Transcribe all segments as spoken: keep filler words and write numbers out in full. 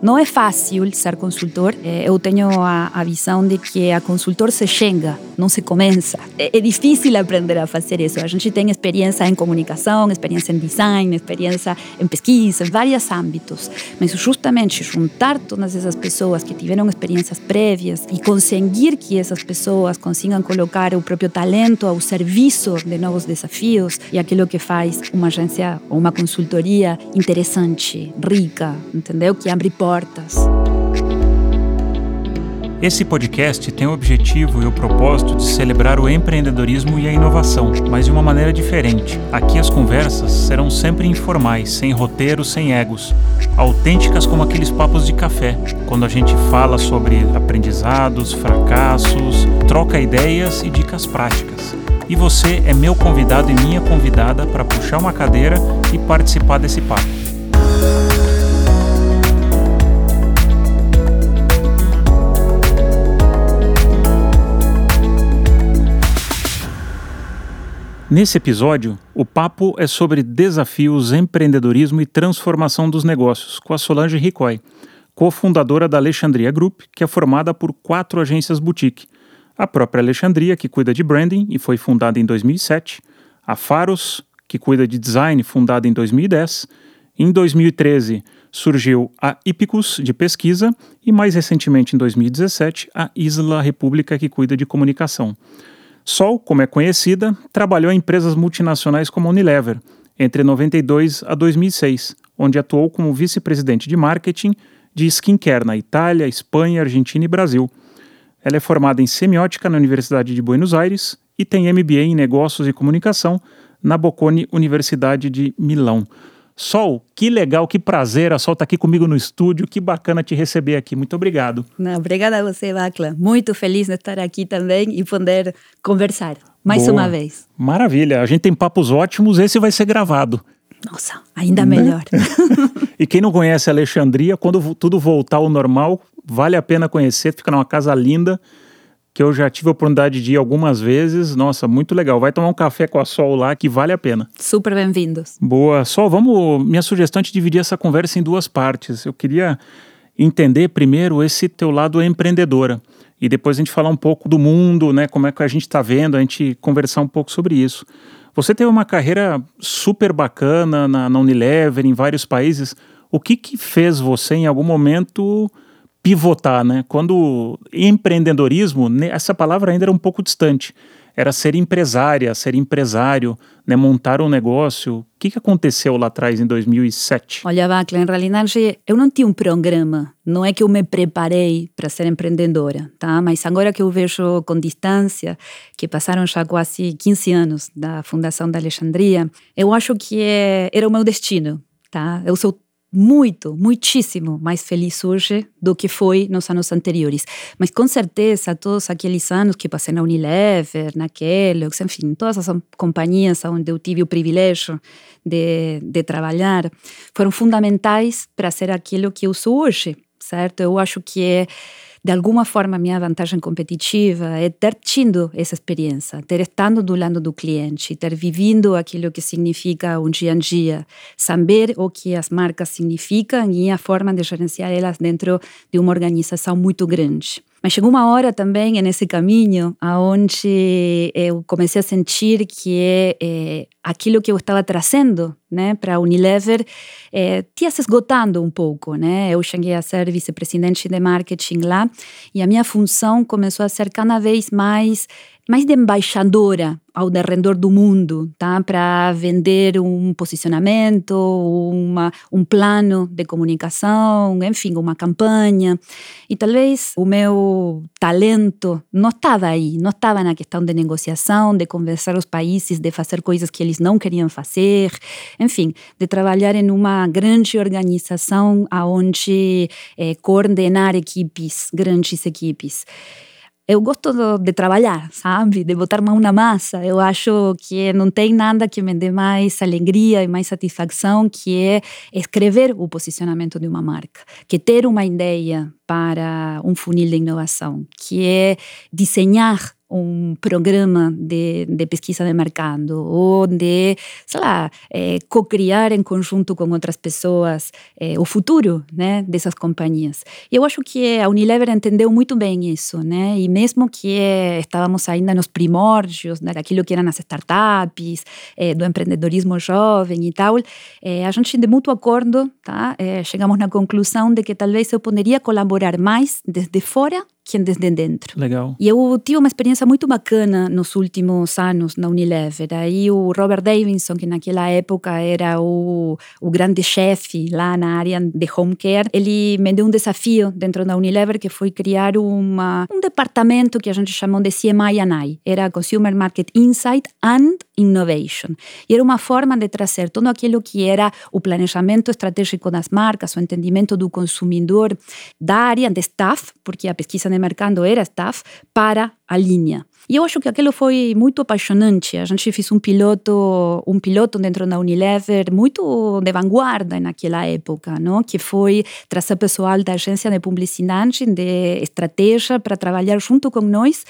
Não é fácil ser consultor. Eu tenho a, a visão de que a consultor se chega, não se começa. É, é difícil aprender a fazer isso. A gente tem experiência em comunicação, experiência em design, experiência em pesquisa, em vários âmbitos. Mas justamente juntar todas essas pessoas que tiveram experiências prévias e conseguir que essas pessoas consigam colocar o próprio talento ao serviço de novos desafios e aquilo que faz uma agência ou uma consultoria interessante, rica, entendeu? Que abre portas. Esse podcast tem o objetivo e o propósito de celebrar o empreendedorismo e a inovação, mas de uma maneira diferente. Aqui as conversas serão sempre informais, sem roteiro, sem egos, autênticas como aqueles papos de café, quando a gente fala sobre aprendizados, fracassos, troca ideias e dicas práticas. E você é meu convidado e minha convidada para puxar uma cadeira e participar desse papo. Nesse episódio, o papo é sobre desafios, empreendedorismo e transformação dos negócios, com a Solange Ricoy, cofundadora da Alexandria Group, que é formada por quatro agências boutique. A própria Alexandria, que cuida de branding e foi fundada em dois mil e sete, a Pharos, que cuida de design, fundada em dois mil e dez, em dois mil e treze surgiu a Ipicus, de pesquisa, e mais recentemente, em dois mil e dezessete, a Isla República, que cuida de comunicação. Sol, como é conhecida, trabalhou em empresas multinacionais como a Unilever, entre noventa e dois a dois mil e seis, onde atuou como vice-presidente de marketing de skincare na Itália, Espanha, Argentina e Brasil. Ela é formada em semiótica na Universidade de Buenos Aires e tem M B A em negócios e comunicação na Bocconi Universidade de Milão. Sol, que legal, que prazer, a Sol está aqui comigo no estúdio, que bacana te receber aqui, muito obrigado. Não, obrigada a você, Bacla, muito feliz de estar aqui também e poder conversar mais Boa. Uma vez. Maravilha, a gente tem papos ótimos, esse vai ser gravado. Nossa, ainda melhor. E quem não conhece a Alexandria, quando tudo voltar ao normal, vale a pena conhecer, fica numa casa linda, que eu já tive a oportunidade de ir algumas vezes. Nossa, muito legal. Vai tomar um café com a Sol lá, que vale a pena. Super bem-vindos. Boa. Sol, vamos... Minha sugestão é te dividir essa conversa em duas partes. Eu queria entender primeiro esse teu lado empreendedora. E depois a gente falar um pouco do mundo, né? Como é que a gente está vendo, a gente conversar um pouco sobre isso. Você teve uma carreira super bacana na, na Unilever, em vários países. O que que fez você, em algum momento, pivotar, né? Quando empreendedorismo, essa palavra ainda era um pouco distante. Era ser empresária, ser empresário, né? Montar um negócio. O que que aconteceu lá atrás, em dois mil e sete? Olha, Bacla, em realidade, eu não tinha um programa. Não é que eu me preparei para ser empreendedora, tá? Mas agora que eu vejo com distância, que passaram já quase quinze anos da fundação da Alexandria, eu acho que é, era o meu destino, tá? Eu sou muito, muitíssimo mais feliz hoje do que foi nos anos anteriores. Mas com certeza, todos aqueles anos que passei na Unilever, na Kellogg, enfim, todas as companhias onde eu tive o privilégio de, de trabalhar, foram fundamentais para ser aquilo que eu sou hoje, certo? Eu acho que é, de alguma forma, a minha vantagem competitiva é ter tido essa experiência, ter estado do lado do cliente, ter vivido aquilo que significa um dia a dia, saber o que as marcas significam e a forma de gerenciar elas dentro de uma organização muito grande. Mas chegou uma hora também nesse caminho onde eu comecei a sentir que é, aquilo que eu estava trazendo, né, para a Unilever é, tinha se esgotando um pouco, né? Eu cheguei a ser vice-presidente de marketing lá e a minha função começou a ser cada vez mais mais de embaixadora ao redor do mundo, tá? Para vender um posicionamento, uma, um plano de comunicação, enfim, uma campanha. E talvez o meu talento não estava aí, não estava na questão de negociação, de convencer os países de fazer coisas que eles não queriam fazer, enfim, de trabalhar em uma grande organização onde é, coordenar equipes, grandes equipes. Eu gosto de trabalhar, sabe? De botar mão na massa. Eu acho que não tem nada que me dê mais alegria e mais satisfação que é escrever o posicionamento de uma marca, que ter uma ideia para um funil de inovação, que é desenhar um programa de, de pesquisa de mercado ou de, sei lá, é, co-criar em conjunto com outras pessoas é, o futuro, né, dessas companhias. E eu acho que a Unilever entendeu muito bem isso, né, e mesmo que estávamos ainda nos primórdios, né, daquilo que eram as startups, é, do empreendedorismo jovem e tal, é, a gente de mútuo acordo, tá, é, chegamos na conclusão de que talvez eu poderia colaborar mais desde fora que desde dentro. Legal. E eu tive uma experiência muito bacana nos últimos anos na Unilever. Aí o Robert Davidson, que naquela época era o, o grande chefe lá na área de home care, ele me deu um desafio dentro da Unilever, que foi criar uma, um departamento que a gente chamou de C M I and I. Era Consumer Market Insight and Innovation. E era uma forma de trazer todo aquilo que era o planejamento estratégico das marcas, o entendimento do consumidor, da área de staff, porque a pesquisa de mercado era staff, para a linha. E eu acho que aquilo foi muito apaixonante. A gente fez um piloto, um piloto dentro da Unilever muito de vanguarda naquela época, não? Que foi trazer pessoal da agência de publicidade, de estratégia, para trabalhar junto com nós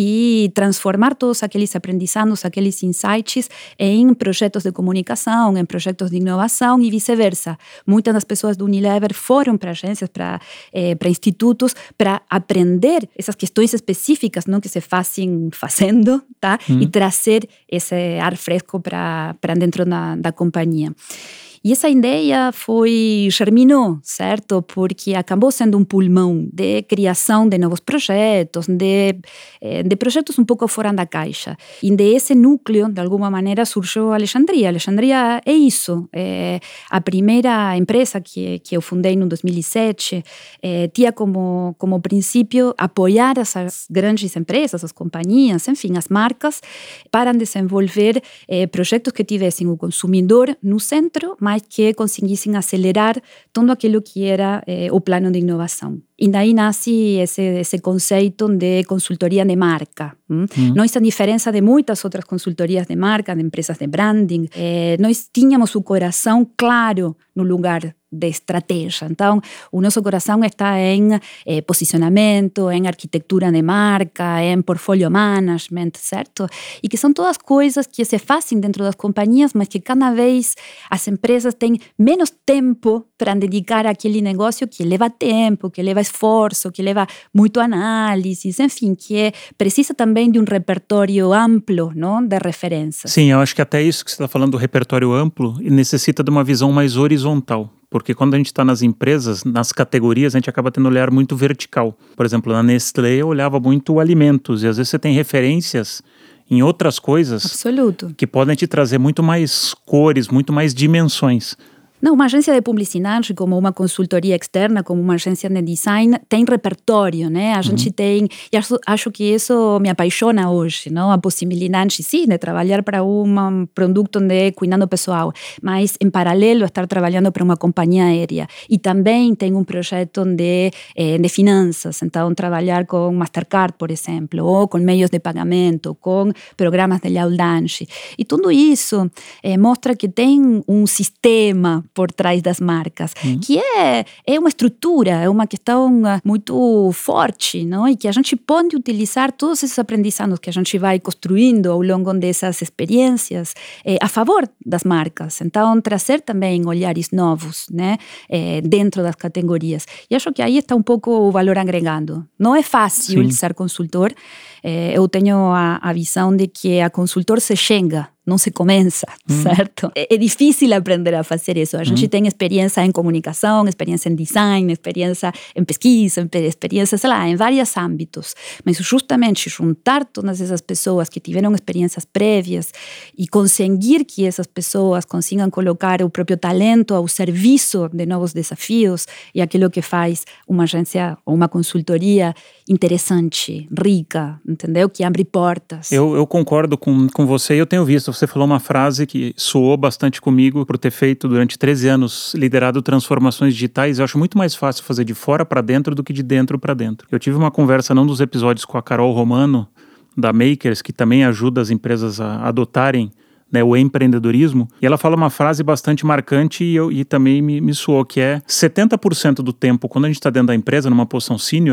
e transformar todos aqueles aprendizados, aqueles insights em projetos de comunicação, em projetos de inovação e vice-versa. Muitas das pessoas do Unilever foram para agências, para, eh, para institutos, para aprender essas questões específicas, não, que se fazem fazendo, tá? Hum. E trazer esse ar fresco para dentro da, da companhia. E essa ideia foi, germinou, certo? Porque acabou sendo um pulmão de criação de novos projetos, de, de projetos um pouco fora da caixa. E desse núcleo, de alguma maneira, surgiu a Alexandria. A Alexandria é isso. É a primeira empresa que, que eu fundei no dois mil e sete é, tinha como, como princípio apoiar essas grandes empresas, as companhias, enfim, as marcas, para desenvolver é, projetos que tivessem o consumidor no centro, mas que conseguissem acelerar tudo aquilo que era eh, o plano de inovação. E daí nasce esse, esse conceito de consultoria de marca. Hum? Hum. Nós, a diferença de muitas outras consultorias de marca, de empresas de branding, eh, nós tínhamos o coração claro no lugar de estratégia. Então, o nosso coração está em eh, posicionamento, em arquitetura de marca, em portfolio management, certo? E que são todas coisas que se fazem dentro das companhias, mas que cada vez as empresas têm menos tempo para dedicar àquele negócio que leva tempo, que leva esforço, que leva muito análise, enfim, que precisa também de um repertório amplo, não, de referências. Sim, eu acho que até isso que você está falando do repertório amplo necessita de uma visão mais horizontal. Porque quando a gente está nas empresas, nas categorias, a gente acaba tendo um olhar muito vertical. Por exemplo, na Nestlé eu olhava muito alimentos e às vezes você tem referências em outras coisas. Absoluto. Que podem te trazer muito mais cores, muito mais dimensões. Não, uma agência de publicidade, como uma consultoria externa, como uma agência de design, tem repertório, né? A gente uhum. tem, e acho, acho que isso me apaixona hoje, não? A possibilidade, sim, de trabalhar para um produto de cuidado pessoal, mas em paralelo estar trabalhando para uma companhia aérea. E também tem um projeto de, eh, de finanças, então trabalhar com Mastercard, por exemplo, ou com meios de pagamento, com programas de lealdade. E tudo isso eh, mostra que tem um sistema por trás das marcas, uhum. que é, é uma estrutura, é uma questão muito forte, não? E que a gente pode utilizar todos esses aprendizados que a gente vai construindo ao longo dessas experiências é, a favor das marcas. Então, trazer também olhares novos, né? É, dentro das categorias. E acho que aí está um pouco o valor agregado. Não é fácil Sim. ser consultor. É, eu tenho a, a visão de que a consultor se chega, não se começa, hum. certo? É, é difícil aprender a fazer isso. A gente hum. tem experiência em comunicação, experiência em design, experiência em pesquisa, experiência, sei lá, em vários âmbitos. Mas justamente juntar todas essas pessoas que tiveram experiências prévias e conseguir que essas pessoas consigam colocar o próprio talento ao serviço de novos desafios e aquilo que faz uma agência ou uma consultoria interessante, rica, entendeu? Que abre portas. Eu, eu concordo com, com você e eu tenho visto. Você falou uma frase que soou bastante comigo por ter feito durante treze anos, liderado transformações digitais. Eu acho muito mais fácil fazer de fora para dentro do que de dentro para dentro. Eu tive uma conversa num dos episódios com a Carol Romano, da Makers, que também ajuda as empresas a adotarem, né, o empreendedorismo, e ela fala uma frase bastante marcante e, eu, e também me, me soou, que é setenta por cento do tempo, quando a gente está dentro da empresa, numa posição sênior,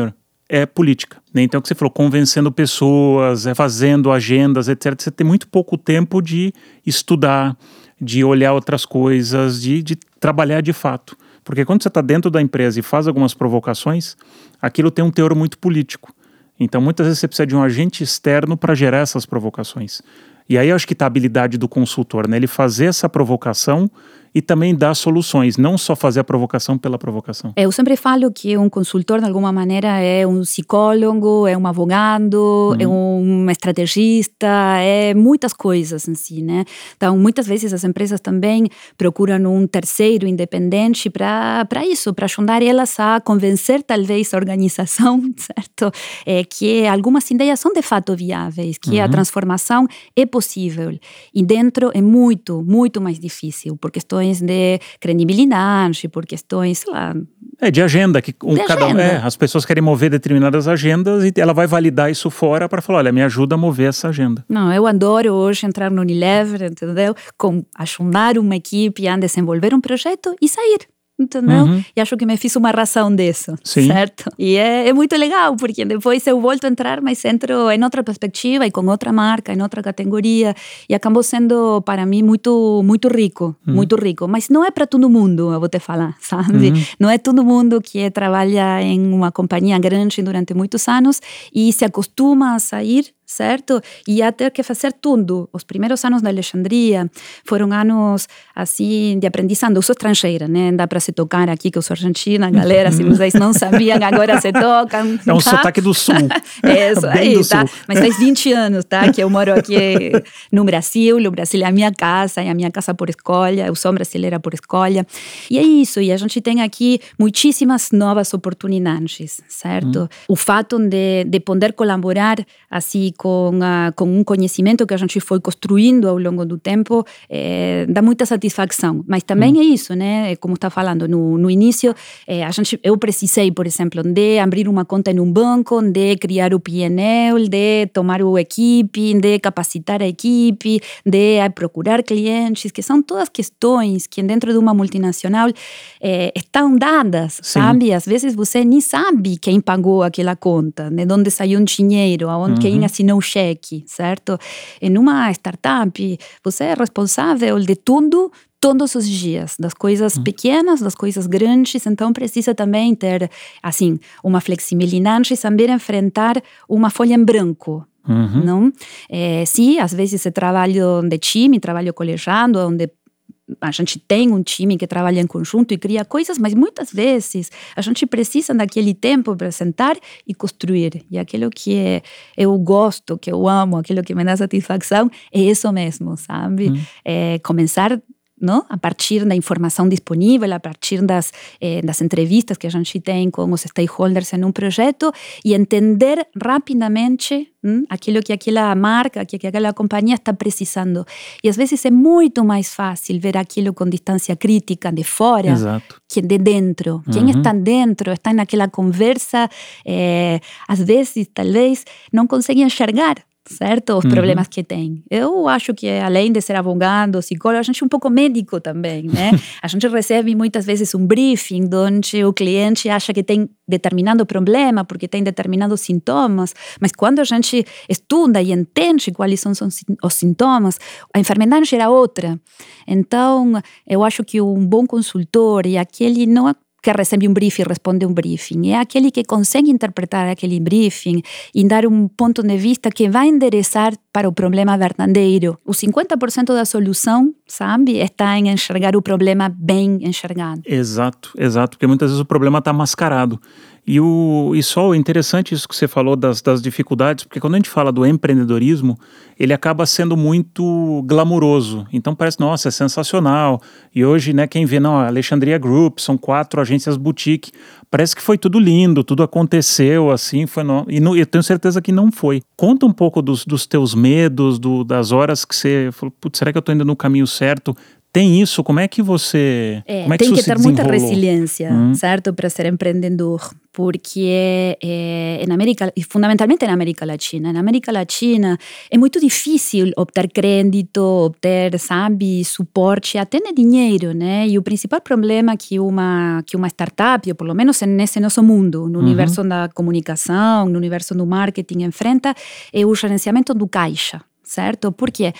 é política, né? Então, o que você falou, convencendo pessoas, é, fazendo agendas, etcétera. Você tem muito pouco tempo de estudar, de olhar outras coisas, de, de trabalhar de fato. Porque quando você está dentro da empresa e faz algumas provocações, aquilo tem um teor muito político. Então, muitas vezes você precisa de um agente externo para gerar essas provocações. E aí eu acho que está a habilidade do consultor, né? Ele fazer essa provocação e também dar soluções, não só fazer a provocação pela provocação. Eu sempre falo que um consultor, de alguma maneira, é um psicólogo, é um advogado, uhum. é um estrategista, é muitas coisas em si, né? Então, muitas vezes as empresas também procuram um terceiro independente para isso, para ajudar elas a convencer, talvez, a organização, certo? É, que algumas ideias são, de fato, viáveis, que uhum. a transformação é possível. E dentro é muito, muito mais difícil, por questões de credibilidade, por questões, sei lá... É, de agenda, que um, de cada, agenda. É, as pessoas querem mover determinadas agendas e ela vai validar isso fora para falar, olha, me ajuda a mover essa agenda. Não, eu adoro hoje entrar no Unilever, entendeu? Com ajudar uma equipe a desenvolver um projeto e sair. Entendeu? Uhum. E acho que me fiz uma razão disso, Sim. certo? E é, é muito legal, porque depois eu volto a entrar, mas entro em outra perspectiva e com outra marca, em outra categoria, e acabou sendo, para mim, muito, muito rico, uhum. muito rico. Mas não é para todo mundo, eu vou te falar, sabe? Uhum. Não é todo mundo que trabalha em uma companhia grande durante muitos anos e se acostuma a sair, certo? E a ter que fazer tudo. Os primeiros anos da Alexandria foram anos, assim, de aprendizado. Eu sou estrangeira, né? Dá para se tocar aqui, que eu sou argentina, galera, se vocês não sabiam, agora se tocam. É um tá? sotaque do sul. É isso aí, do tá? sul. Mas faz vinte anos, tá? Que eu moro aqui no Brasil, o Brasil é a minha casa, é a minha casa por escolha, eu sou brasileira por escolha. E é isso, e a gente tem aqui muitíssimas novas oportunidades, certo? Hum. O fato de, de poder colaborar, assim, Com, uh, com um conhecimento que a gente foi construindo ao longo do tempo, é, dá muita satisfação. Mas também hum. é isso, né? Como está falando, no, no início, é, a gente, eu precisei, por exemplo, de abrir uma conta em um banco, de criar o P e L, de tomar o equipe, de capacitar a equipe, de procurar clientes, que são todas questões que dentro de uma multinacional é, estão dadas, Sim. sabe? Às vezes você nem sabe quem pagou aquela conta, de onde saiu um dinheiro, aonde, uhum. quem assinou o cheque, certo? Em uma startup, você é responsável de tudo todos os dias, das coisas uhum. pequenas, das coisas grandes, então precisa também ter, assim, uma flexibilidade e saber enfrentar uma folha em branco. Uhum. Não? É, sim, às vezes é trabalho de time, trabalho colegiado, onde a gente tem um time que trabalha em conjunto e cria coisas, mas muitas vezes a gente precisa daquele tempo para sentar e construir. E aquilo que eu gosto, que eu amo, aquilo que me dá satisfação, é isso mesmo, sabe? Hum. É começar... Não? A partir da informação disponível, a partir das, eh, das entrevistas que a gente tem com os stakeholders em um projeto e entender rapidamente hum, aquilo que aquela marca, que aquela companhia está precisando. E às vezes é muito mais fácil ver aquilo com distância crítica de fora Exato. que de dentro. Uhum. Quem está dentro, está naquela conversa, eh, às vezes, talvez, não consegue enxergar, certo? Os uhum. problemas que tem. Eu acho que, além de ser advogado, psicólogo, a gente é um pouco médico também, né? A gente recebe muitas vezes um briefing onde o cliente acha que tem determinado problema porque tem determinados sintomas, mas quando a gente estuda e entende quais são os sintomas, a enfermidade era outra. Então, eu acho que um bom consultor e aquele não é que recebe um briefing e responde um briefing. É aquele que consegue interpretar aquele briefing e dar um ponto de vista que vai endereçar para o problema verdadeiro. O cinquenta por cento da solução, sabe, está em enxergar o problema bem enxergado. Exato, exato, porque muitas vezes o problema está mascarado. E, o, e só é interessante isso que você falou das, das dificuldades, porque quando a gente fala do empreendedorismo, ele acaba sendo muito glamuroso. Então parece, nossa, é sensacional. E hoje, né, quem vê, não, a Alexandria Group, são quatro agências boutique, parece que foi tudo lindo, tudo aconteceu assim, foi no... e não, eu tenho certeza que não foi. Conta um pouco dos, dos teus medos, do, das horas que você falou, putz, será que eu estou indo no caminho certo? tem isso? Como é que você é, como é que tem isso que se ter muita desenrolou? resiliência, Hum. certo, para ser empreendedor, porque é, na América, fundamentalmente na América Latina, na América Latina é muito difícil obter crédito, obter, sabe, suporte, até dinheiro, né? E o principal problema que uma que uma startup, ou pelo menos nesse nosso mundo, no uhum. universo da comunicação, no universo do marketing, enfrenta é o gerenciamento do caixa. Certo? Por quê?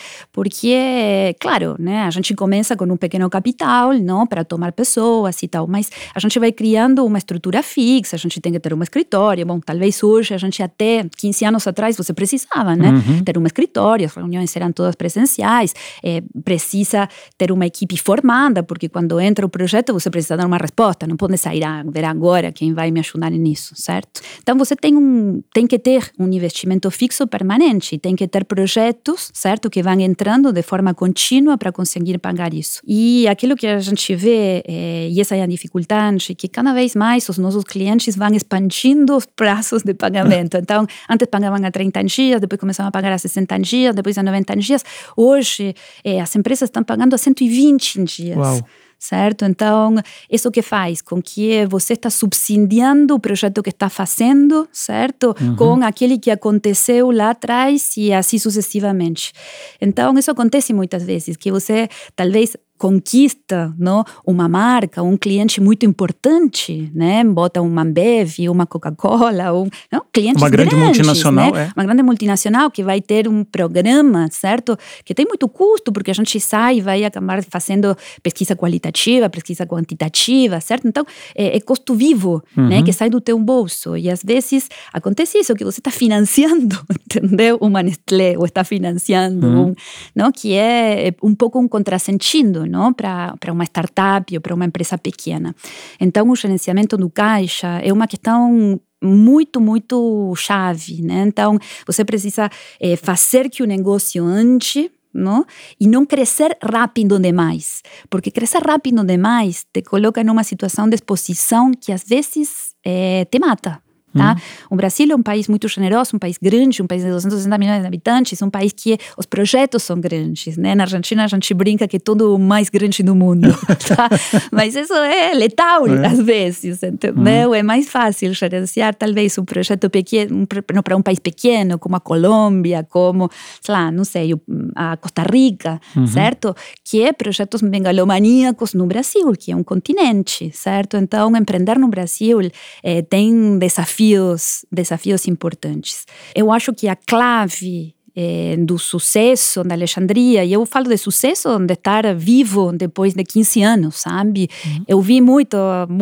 Porque, claro, né, a gente começa com um pequeno capital, não, para tomar pessoas e tal, mas a gente vai criando uma estrutura fixa, a gente tem que ter um escritório. Bom, talvez hoje a gente até quinze anos atrás você precisava, né, uhum. ter um escritório, as reuniões eram todas presenciais, é, precisa ter uma equipe formada, porque quando entra o projeto você precisa dar uma resposta, não pode sair a ver agora quem vai me ajudar nisso, certo? Então você tem, um, tem que ter um investimento fixo permanente, tem que ter projetos, certo? Que vão entrando de forma contínua para conseguir pagar isso. E aquilo que a gente vê, é, e essa é a dificuldade, que cada vez mais os nossos clientes vão expandindo os prazos de pagamento. Então, antes pagavam a trinta dias, depois começavam a pagar a sessenta dias, depois a noventa dias. Hoje, é, as empresas estão pagando a cento e vinte dias. Uau. Certo? Então, isso que faz com que você está subsidiando o projeto que está fazendo, certo? Uhum. Com aquele que aconteceu lá atrás e assim sucessivamente. Então, isso acontece muitas vezes, que você talvez conquista, não, uma marca, um cliente muito importante, né? Bota uma Ambev, uma Coca-Cola, um, não, clientes uma grande grandes, multinacional, né? É. Uma grande multinacional que vai ter um programa, certo? Que tem muito custo, porque a gente sai e vai acabar fazendo pesquisa qualitativa, pesquisa quantitativa, certo? Então, é, é custo vivo, uhum. né? Que sai do teu bolso. E às vezes acontece isso, que você está financiando, entendeu? Uma Nestlé, ou está financiando, uhum. um, não? Que é um pouco um contrasentido, para uma startup ou para uma empresa pequena. Então, o gerenciamento do caixa é uma questão muito, muito chave, né? Então, você precisa é, fazer que o negócio ande, não? E não crescer rápido demais, porque crescer rápido demais te coloca numa situação de exposição que às vezes é, te mata. Tá? Uhum. O Brasil é um país muito generoso, um país grande, um país de duzentos e sessenta milhões de habitantes, um país que os projetos são grandes, né? Na Argentina a gente brinca que é tudo o mais grande do mundo, tá? Mas isso é letal é. às vezes, entendeu? Uhum. É mais fácil gerenciar talvez um projeto pequeno, um, para um país pequeno, como a Colômbia, como, sei lá, não sei, a Costa Rica, uhum. certo? Que é projetos megalomaníacos no Brasil, que é um continente, certo? Então, empreender no Brasil é, tem desafios Desafios, desafios importantes. Eu acho que a clave é, do sucesso da Alexandria, e eu falo de sucesso de estar vivo depois de quinze anos, sabe? Uhum. Eu vi muito,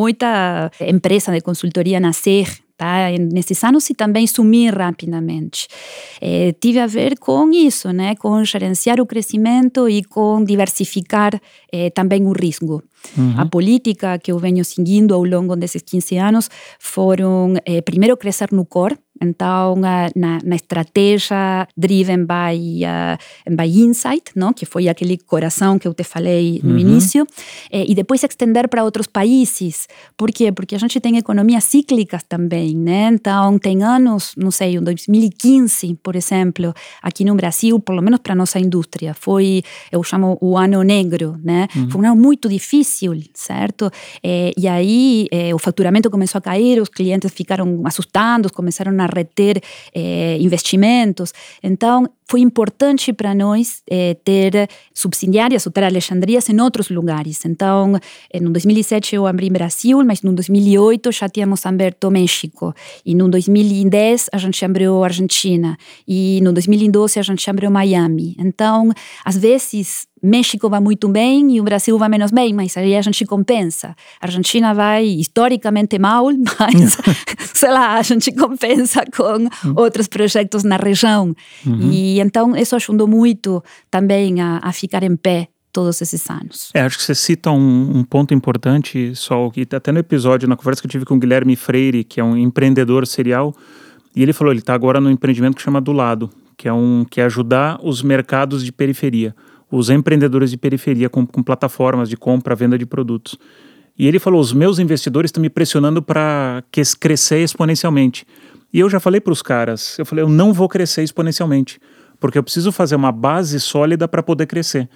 muita empresa de consultoria nascer, tá? Nesses anos e também sumir rapidamente. É, tive a ver com isso, né? Com gerenciar o crescimento e com diversificar é, também o risco. Uhum. A política que eu venho seguindo ao longo desses quinze anos foram, eh, primeiro, crescer no core. Então, na, na estratégia driven by, uh, by insight, não? Que foi aquele coração que eu te falei no uhum. início, eh, e depois estender para outros países. Por quê? Porque a gente tem economias cíclicas também, né? Então, tem anos, não sei, em dois mil e quinze, por exemplo, aqui no Brasil, pelo menos para a nossa indústria, foi, eu chamo o ano negro, né? Uhum. Foi um ano muito difícil, certo? Eh, e aí, eh, o faturamento começou a cair, os clientes ficaram assustados, começaram a reter eh, investimentos. Então, foi importante para nós eh, ter subsidiárias ou ter alexandrias em outros lugares. Então, no dois mil e sete eu abri Brasil, mas no dois mil e oito já tínhamos aberto México. E no dois mil e dez a gente abriu Argentina. E no dois mil e doze a gente abriu Miami. Então, às vezes, México vai muito bem e o Brasil vai menos bem, mas aí a gente compensa. A Argentina vai historicamente mal, mas, sei lá, a gente compensa com uhum. outros projetos na região. Uhum. E então isso ajudou muito também a, a ficar em pé todos esses anos. É, acho que você cita um, um ponto importante, Sol, que até no episódio, na conversa que eu tive com o Guilherme Freire, que é um empreendedor serial, e ele falou, ele está agora no empreendimento que chama Do Lado, que é, um, que é ajudar os mercados de periferia, os empreendedores de periferia com, com plataformas de compra, venda de produtos. E ele falou, os meus investidores estão me pressionando para crescer exponencialmente. E eu já falei para os caras, eu falei, eu não vou crescer exponencialmente, porque eu preciso fazer uma base sólida para poder crescer.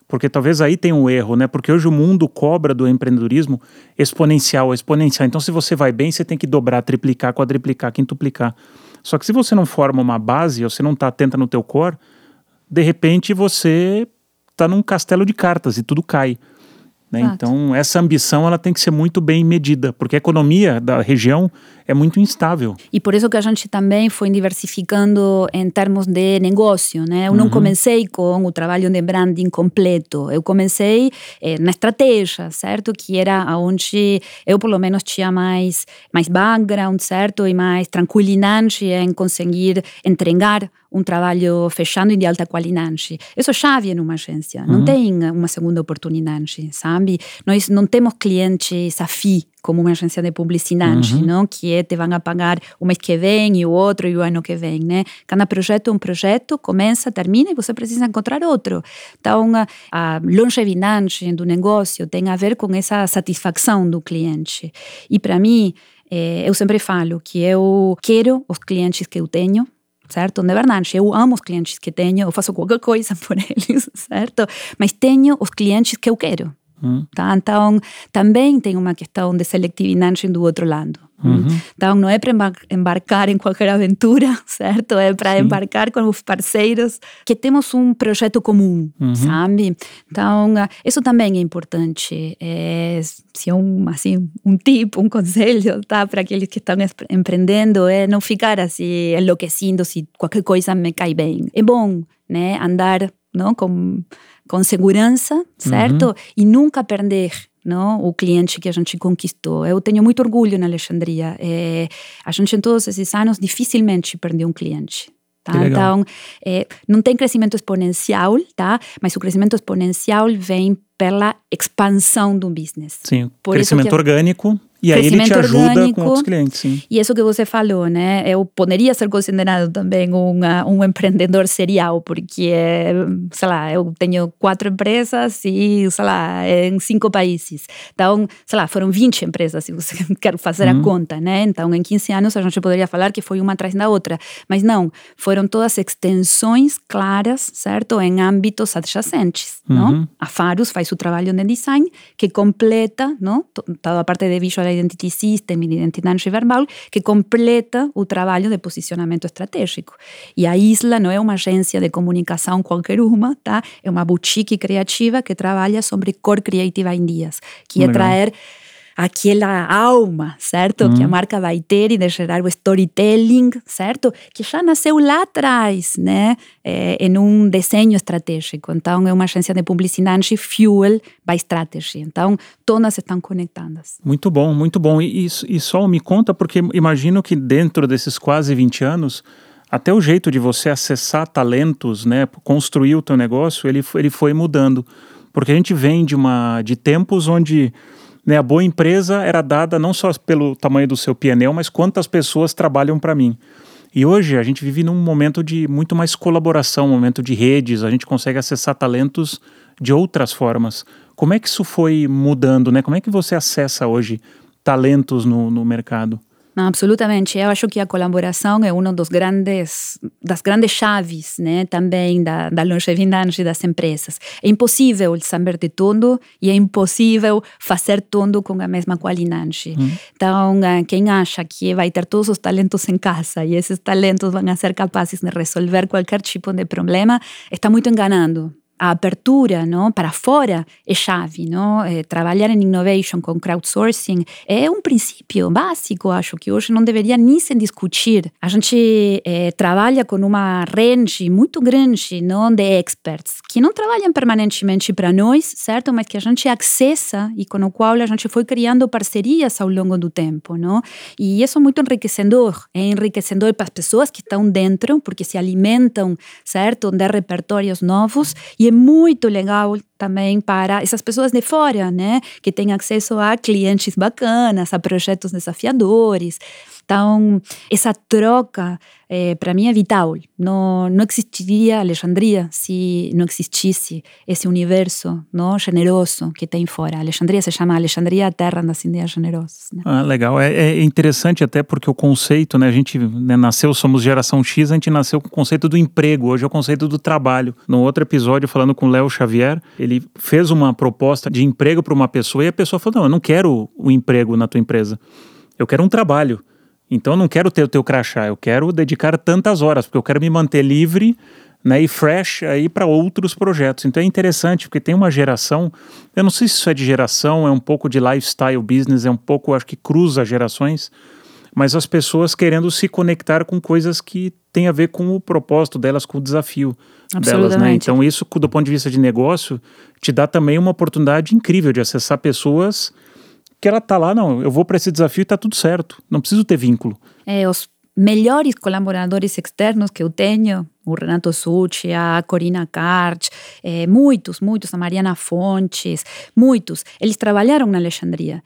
Porque talvez aí tenha um erro, né? Porque hoje o mundo cobra do empreendedorismo exponencial, exponencial. Então, se você vai bem, você tem que dobrar, triplicar, quadriplicar, quintuplicar. Só que se você não forma uma base, ou você não está atenta no teu core, de repente você está num castelo de cartas e tudo cai. Né? Então, essa ambição ela tem que ser muito bem medida, porque a economia da região é muito instável. E por isso que a gente também foi diversificando em termos de negócio, né? Eu uhum. não comecei com o trabalho de branding completo, eu comecei eh, na estratégia, certo? Que era onde eu, pelo menos, tinha mais, mais background, certo? E mais tranquilidade em conseguir entregar um trabalho fechado e de alta qualidade. Isso é chave em uma agência. Uhum. Não tem uma segunda oportunidade, sabe? Nós não temos clientes a fim, como uma agência de publicidade, uhum. não? Que é, te vão a pagar o mês que vem e o outro e o ano que vem, né? Cada projeto é um projeto, começa, termina e você precisa encontrar outro. Então, a longevidade do negócio tem a ver com essa satisfação do cliente. E para mim, eu sempre falo que eu quero os clientes que eu tenho, certo? De verdade, eu amo os clientes que tenho, eu faço qualquer coisa por eles, certo? Mas tenho os clientes que eu quero. Hum. Tá? Então, também tem uma questão de seletividade do outro lado. Uhum. Então, não é para embarcar em qualquer aventura, certo? É para embarcar com os parceiros que temos um projeto comum, uhum. sabe? Então, isso também é importante. É, se é um, assim, um tip, um conselho, tá? Para aqueles que estão empreendendo, é não ficar assim, enlouquecendo se qualquer coisa me cai bem. É bom, né? Andar, não? Com, com segurança, certo? Uhum. E nunca perder, não, o cliente que a gente conquistou. Eu tenho muito orgulho na Alexandria. É, a gente, em todos esses anos, dificilmente perdeu um cliente. Tá? Então, é, não tem crescimento exponencial, tá? Mas o crescimento exponencial vem pela expansão do business. Sim, Por crescimento que, orgânico. E aí ele te ajuda orgânico, com outros clientes, sim. E isso que você falou, né? Eu poderia ser considerado também uma, um empreendedor serial, porque, sei lá, eu tenho quatro empresas e, sei lá, em cinco países. Então, sei lá, foram vinte empresas, se você quer fazer uhum. a conta, né? Então, em quinze anos, a gente poderia falar que foi uma atrás da outra. Mas não, foram todas extensões claras, certo? Em âmbitos adjacentes, uhum. não? A Farus faz o trabalho de design que completa, não? Toda a parte de visual identity system e de identidade verbal que completa o trabalho de posicionamento estratégico. E a Isla não é uma agência de comunicação qualquer uma, tá? É uma boutique criativa que trabalha sobre core creative ideas, que é trazer aquela alma, certo? Uhum. Que a marca vai ter e de gerar o storytelling, certo? Que já nasceu lá atrás, né? É, em um desenho estratégico. Então, é uma agência de publicidade fuel by strategy. Então, todas estão conectadas. Muito bom, muito bom. E, e, e só me conta, porque imagino que dentro desses quase vinte anos, até o jeito de você acessar talentos, né? Construir o teu negócio, ele, ele foi mudando. Porque a gente vem de, uma, de tempos onde... Né, a boa empresa era dada não só pelo tamanho do seu P e L, mas quantas pessoas trabalham para mim. E hoje a gente vive num momento de muito mais colaboração, um momento de redes, a gente consegue acessar talentos de outras formas. Como é que isso foi mudando, né? Como é que você acessa hoje talentos no, no mercado? Não, absolutamente. Eu acho que a colaboração é uma dos grandes, das grandes chaves, né, também da, da longevidade das empresas. É impossível saber de tudo e é impossível fazer tudo com a mesma qualidade. Hum. Então, quem acha que vai ter todos os talentos em casa e esses talentos vão ser capazes de resolver qualquer tipo de problema, está muito enganado. A abertura, não, para fora é chave, não? É, trabalhar em innovation com crowdsourcing é um princípio básico, acho que hoje não deveria nem se discutir. A gente é, trabalha com uma range muito grande, não, de experts que não trabalham permanentemente para nós, certo? Mas que a gente acessa e com o qual a gente foi criando parcerias ao longo do tempo, não? E isso é muito enriquecedor. É enriquecedor para as pessoas que estão dentro, porque se alimentam, certo, de repertórios novos. E é muito legal também para essas pessoas de fora, né? Que têm acesso a clientes bacanas, a projetos desafiadores. Então, essa troca, é, para mim, é vital. Não, não existiria Alexandria se não existisse esse universo, não, generoso que tem fora. Alexandria se chama Alexandria, a terra das ideias generosas. Né? Ah, legal. É, é interessante até porque o conceito, né, a gente né, nasceu, somos geração X, a gente nasceu com o conceito do emprego, hoje é o conceito do trabalho. No outro episódio, falando com o Léo Xavier, ele fez uma proposta de emprego para uma pessoa e a pessoa falou, não, eu não quero o emprego na tua empresa, eu quero um trabalho. Então eu não quero ter o teu crachá, eu quero dedicar tantas horas, porque eu quero me manter livre, né, e fresh aí para outros projetos. Então é interessante, porque tem uma geração, eu não sei se isso é de geração, é um pouco de lifestyle business, é um pouco, acho que cruza gerações, mas as pessoas querendo se conectar com coisas que têm a ver com o propósito delas, com o desafio delas, né? Então isso, do ponto de vista de negócio, te dá também uma oportunidade incrível de acessar pessoas que ela tá lá, não, eu vou para esse desafio e tá tudo certo, não preciso ter vínculo. É, os melhores colaboradores externos que eu tenho, o Renato Succi, a Corina Karch, é, muitos, muitos, a Mariana Fontes, muitos, eles trabalharam na Alexandria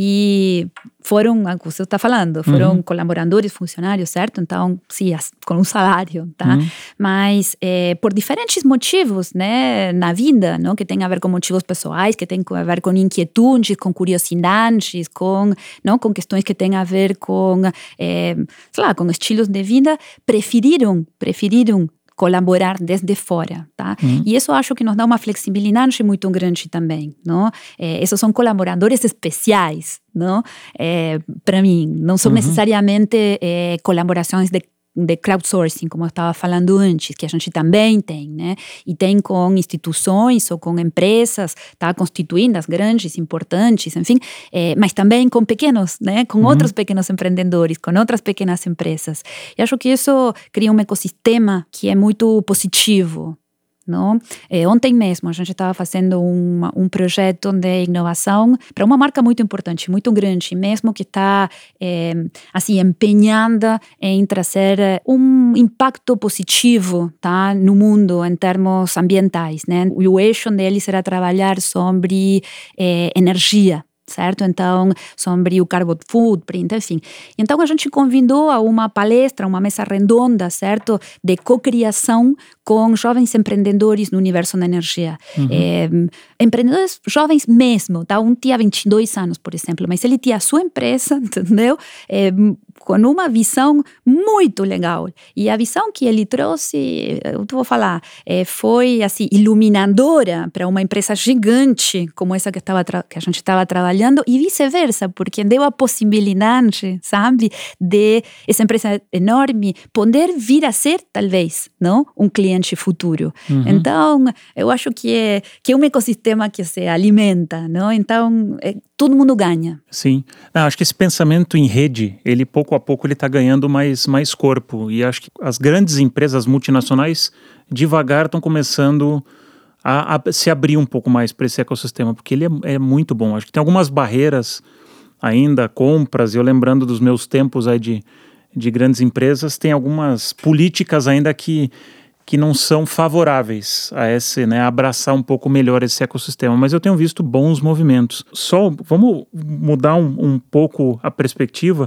e foram, como você está falando, foram uhum. colaboradores, funcionários, certo? Então, sim, com um salário, tá? Uhum. Mas é, por diferentes motivos, né, na vida, não? Que tem a ver com motivos pessoais, que tem a ver com inquietudes, com curiosidades, com, não? Com questões que têm a ver com, é, sei lá, com estilos de vida, preferiram, preferiram colaborar desde fora, tá? Uhum. E isso eu acho que nos dá uma flexibilidade muito grande também, não? É, esses são colaboradores especiais, não? É, para mim, não são uhum. necessariamente é, colaborações de de crowdsourcing, como eu estava falando antes, que a gente também tem, né? E tem com instituições ou com empresas, tá? Constituídas, grandes, importantes, enfim, é, mas também com pequenos, né? Com uhum. outros pequenos empreendedores, com outras pequenas empresas. E acho que isso cria um ecossistema que é muito positivo. Não? É, ontem mesmo a gente estava fazendo um, um projeto de inovação para uma marca muito importante, muito grande, mesmo que está é, assim, empenhada em trazer um impacto positivo, tá, no mundo em termos ambientais, né? O eixo deles era trabalhar sobre é, energia, certo? Então, sobre o carbon footprint, enfim. Então, a gente convidou a uma palestra, uma mesa redonda, certo? De cocriação com jovens empreendedores no universo da energia. Uhum. É, empreendedores jovens mesmo, tá? Um tinha vinte e dois anos, por exemplo, mas ele tinha a sua empresa, entendeu? É, com uma visão muito legal. E a visão que ele trouxe, eu vou falar, é, foi, assim, iluminadora para uma empresa gigante como essa que, estava que a gente estava trabalhando e vice-versa, porque deu a possibilidade, sabe, de essa empresa enorme poder vir a ser, talvez, não? Um cliente futuro. Uhum. Então, eu acho que é, que é um ecossistema que se alimenta, não? Então, é, todo mundo ganha. Sim. Não, acho que esse pensamento em rede, ele pouco a pouco ele está ganhando mais, mais corpo. E acho que as grandes empresas multinacionais devagar estão começando a, a se abrir um pouco mais para esse ecossistema, porque ele é, é muito bom. Acho que tem algumas barreiras ainda, compras, eu lembrando dos meus tempos aí de, de grandes empresas, tem algumas políticas ainda que que não são favoráveis a esse, né, abraçar um pouco melhor esse ecossistema, mas eu tenho visto bons movimentos. Só, vamos mudar um, um pouco a perspectiva.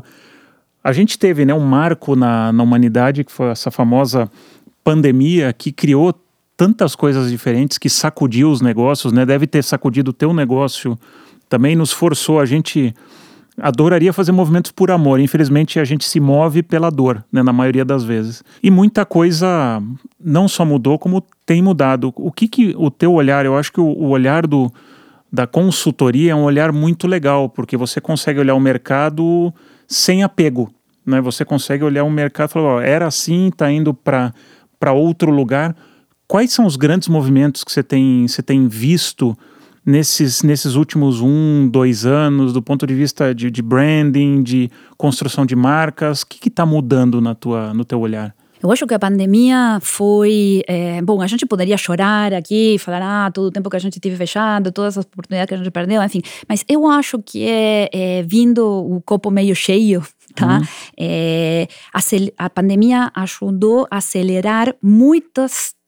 A gente teve, né, um marco na, na humanidade, que foi essa famosa pandemia, que criou tantas coisas diferentes, que sacudiu os negócios, né, deve ter sacudido o teu negócio, também nos forçou, a gente adoraria fazer movimentos por amor, infelizmente a gente se move pela dor, né, na maioria das vezes. E muita coisa não só mudou, como tem mudado. O que que o teu olhar, eu acho que o, o olhar do, da consultoria é um olhar muito legal, porque você consegue olhar o mercado sem apego, né? Você consegue olhar o mercado e falar, ó, era assim, está indo para para outro lugar. Quais são os grandes movimentos que você tem, você tem visto Nesses, nesses últimos um, dois anos, do ponto de vista de, de branding, de construção de marcas? O que está mudando na tua, no teu olhar? Eu acho que a pandemia foi... É, bom, a gente poderia chorar aqui, falar, ah, todo o tempo que a gente teve fechado, todas as oportunidades que a gente perdeu, enfim. Mas eu acho que é, é vindo o copo meio cheio, tá? Uhum. É, a, a pandemia ajudou a acelerar muitas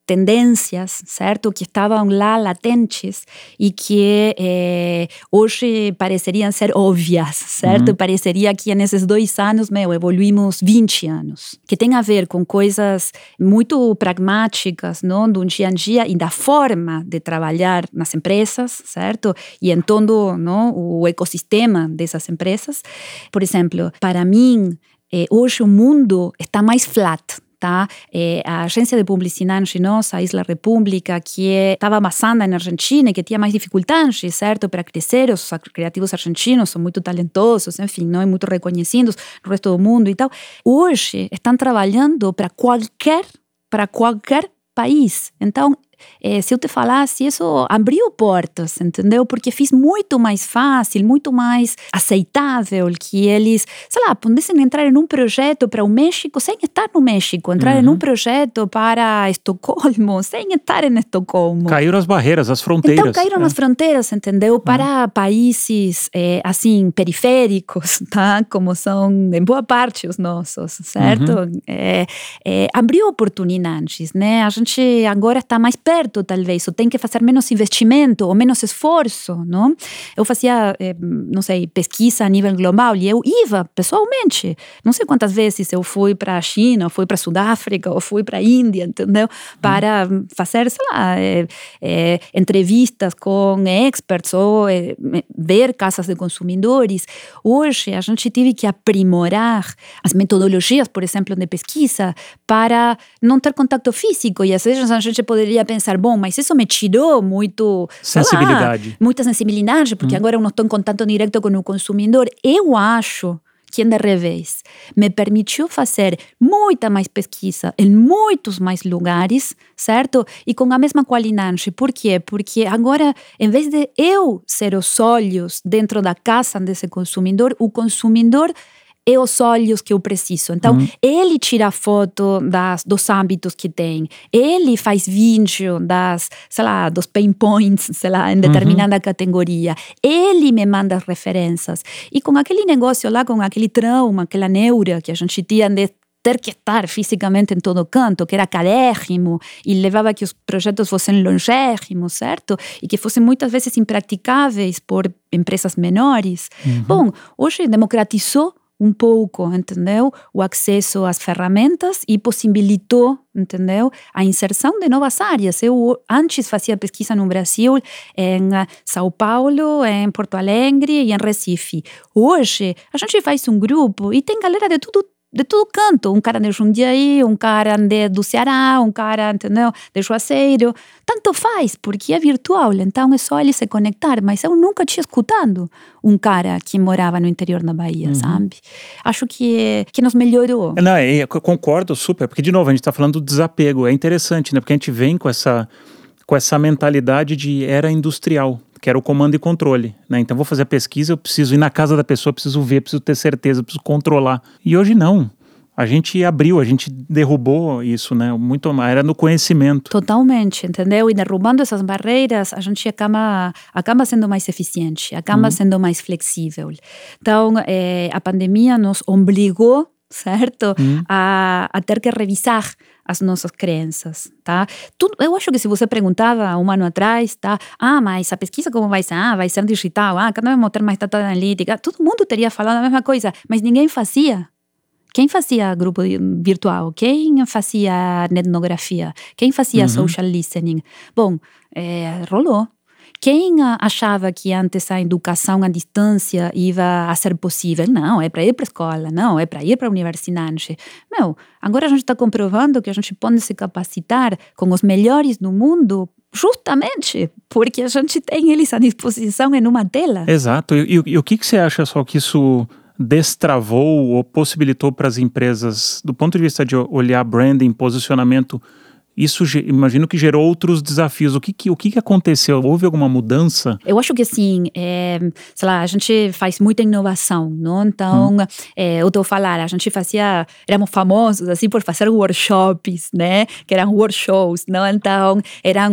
tendências, certo? Que estavam lá latentes e que eh, hoje pareceriam ser óbvias, certo? Uhum. Pareceria que nesses dois anos, meu, evoluímos vinte anos. Que tem a ver com coisas muito pragmáticas, não? Do dia a dia e da forma de trabalhar nas empresas, certo? E em todo, não? O ecossistema dessas empresas. Por exemplo, para mim, eh, hoje o mundo está mais flat. Tá? É, a agência de publicidade nossa, a Isla República, que estava basada na Argentina e que tinha mais dificuldades, certo, para crescer, os criativos argentinos são muito talentosos, enfim, não é muito reconhecidos no resto do mundo e tal. Hoje estão trabalhando para qualquer, para qualquer país. Então, É, se eu te falasse, isso abriu portas, entendeu? Porque fiz muito mais fácil, muito mais aceitável que eles, sei lá, pudessem entrar em um projeto para o México sem estar no México, entrar uhum. em um projeto para Estocolmo sem estar em Estocolmo. Caíram as barreiras, as fronteiras. Então, caíram é. as fronteiras, entendeu? Para uhum. países, é, assim, periféricos, tá? Como são, em boa parte, os nossos, certo? Uhum. É, é, abriu oportunidades, né? A gente agora está mais perto, talvez, ou tem que fazer menos investimento ou menos esforço, não? Eu fazia, eh, não sei, pesquisa a nível global e eu ia pessoalmente. Não sei quantas vezes eu fui para a China, ou fui para a Sudáfrica, ou fui para a Índia, entendeu? Para hum. fazer, sei lá, eh, eh, entrevistas com experts ou eh, ver casas de consumidores. Hoje a gente teve que aprimorar as metodologias, por exemplo, de pesquisa para não ter contato físico e às vezes a gente poderia pensar, bom, mas isso me tirou muito... Sensibilidade. Lá, muita sensibilidade, porque hum. agora eu não estou em contato direto com o consumidor. Eu acho que, de revés, me permitiu fazer muita mais pesquisa em muitos mais lugares, certo? E com a mesma qualidade. Por quê? Porque agora, em vez de eu ser os olhos dentro da casa desse consumidor, o consumidor é os olhos que eu preciso. Então, uhum. ele tira foto das, dos hábitos que tem. Ele faz vídeo das, sei lá, dos pain points, sei lá, em determinada uhum. categoria. Ele me manda as referências. E com aquele negócio lá, com aquele trauma, aquela neura que a gente tinha de ter que estar fisicamente em todo canto, que era carérrimo e levava a que os projetos fossem longérrimos, certo? E que fossem muitas vezes impraticáveis por empresas menores. Uhum. Bom, hoje democratizou um pouco, entendeu? O acesso às ferramentas e possibilitou, entendeu? A inserção de novas áreas. Eu antes fazia pesquisa no Brasil, em São Paulo, em Porto Alegre e em Recife. Hoje, a gente faz um grupo e tem galera de tudo de todo canto, um cara de Jundiaí, um cara de, do Ceará, um cara, entendeu, de Juazeiro, tanto faz, porque é virtual, então é só ele se conectar, mas eu nunca tinha escutado um cara que morava no interior da Bahia, uhum. sabe? Acho que, que nos melhorou. Não, eu concordo super, porque de novo, a gente está falando do desapego, é interessante, né, porque a gente vem com essa, com essa mentalidade de era industrial, que era o comando e controle, né? Então vou fazer a pesquisa, eu preciso ir na casa da pessoa, preciso ver, preciso ter certeza, preciso controlar. E hoje não. A gente abriu, a gente derrubou isso, né? Muito, era no conhecimento. Totalmente, entendeu? E derrubando essas barreiras, a gente acaba, acaba sendo mais eficiente, acaba uhum. sendo mais flexível. Então, é, a pandemia nos obrigou, certo? Uhum. A, a ter que revisar as nossas crenças, tá? Tudo, eu acho que se você perguntava um ano atrás, tá? Ah, mas a pesquisa como vai ser? Ah, vai ser digital. Ah, cada vez vamos ter mais data analítica. Todo mundo teria falado a mesma coisa, mas ninguém fazia. Quem fazia grupo virtual? Quem fazia etnografia? Quem fazia uhum. social listening? Bom, é, rolou. Quem achava que antes a educação à distância ia a ser possível? Não, é para ir para a escola, não, é para ir para a universidade. Meu, agora a gente está comprovando que a gente pode se capacitar com os melhores do mundo justamente porque a gente tem eles à disposição em uma tela. Exato. E, e, e o que, que você acha só que isso destravou ou possibilitou para as empresas, do ponto de vista de olhar branding, posicionamento? Isso, imagino que gerou outros desafios. O que, que, o que, que aconteceu? Houve alguma mudança? Eu acho que sim. É, sei lá, a gente faz muita inovação, não? Então, hum. é, eu estou falando, a gente fazia, éramos famosos assim por fazer workshops, né? Que eram workshops, não? Então, eram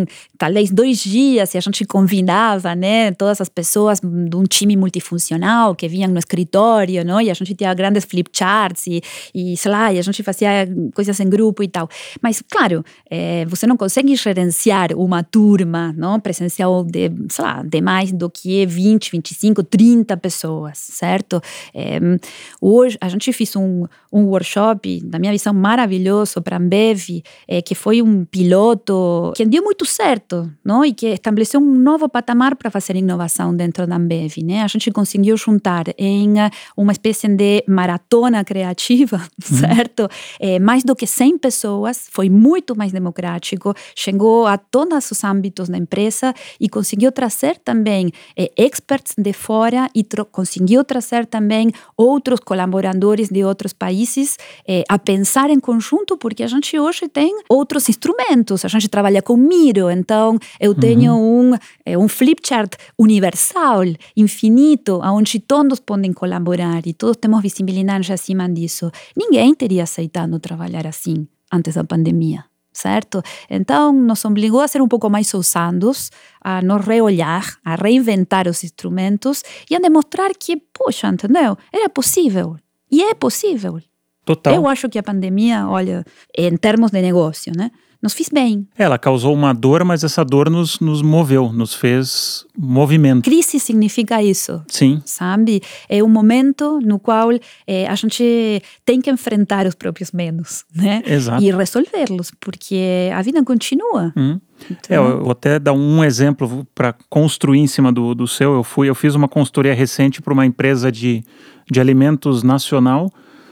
talvez dois dias, e a gente convidava, né, todas as pessoas de um time multifuncional que vinham no escritório, não? E a gente tinha grandes flip charts e, e, sei lá, e a gente fazia coisas em grupo e tal. Mas, claro, é, você não consegue gerenciar uma turma, não, presencial de, sei lá, de mais do que vinte, vinte e cinco, trinta pessoas, certo? É, hoje, a gente fez um, um workshop, na minha visão, maravilhoso para a Ambev, é, que foi um piloto que deu muito certo, não? E que estabeleceu um novo patamar para fazer inovação dentro da Ambev, né? A gente conseguiu juntar em uma espécie de maratona criativa, uhum. certo? É, mais do que cem pessoas, foi muito mais democrático, chegou a todos os âmbitos da empresa e conseguiu trazer também é, experts de fora e tro- conseguiu trazer também outros colaboradores de outros países é, a pensar em conjunto, porque a gente hoje tem outros instrumentos, a gente trabalha com Miro, então eu tenho uhum. um, é, um flipchart universal, infinito, onde todos podem colaborar e todos temos visibilidade acima disso. Ninguém teria aceitado trabalhar assim antes da pandemia, certo? Então, nos obrigou a ser um pouco mais ousados, a nos reolhar, a reinventar os instrumentos e a demonstrar que, poxa, entendeu? Era possível. E é possível. Total. Eu acho que a pandemia, olha, em termos de negócio, né, nos fez bem. Ela causou uma dor, mas essa dor nos, nos moveu, nos fez movimento. Crise significa isso. Sim. Sabe? É um momento no qual é, a gente tem que enfrentar os próprios medos, né? Exato. E resolvê-los, porque a vida continua. Hum. Então... É, eu vou até dar um exemplo para construir em cima do, do seu. Eu fui, eu fiz uma consultoria recente para uma empresa de, de alimentos nacional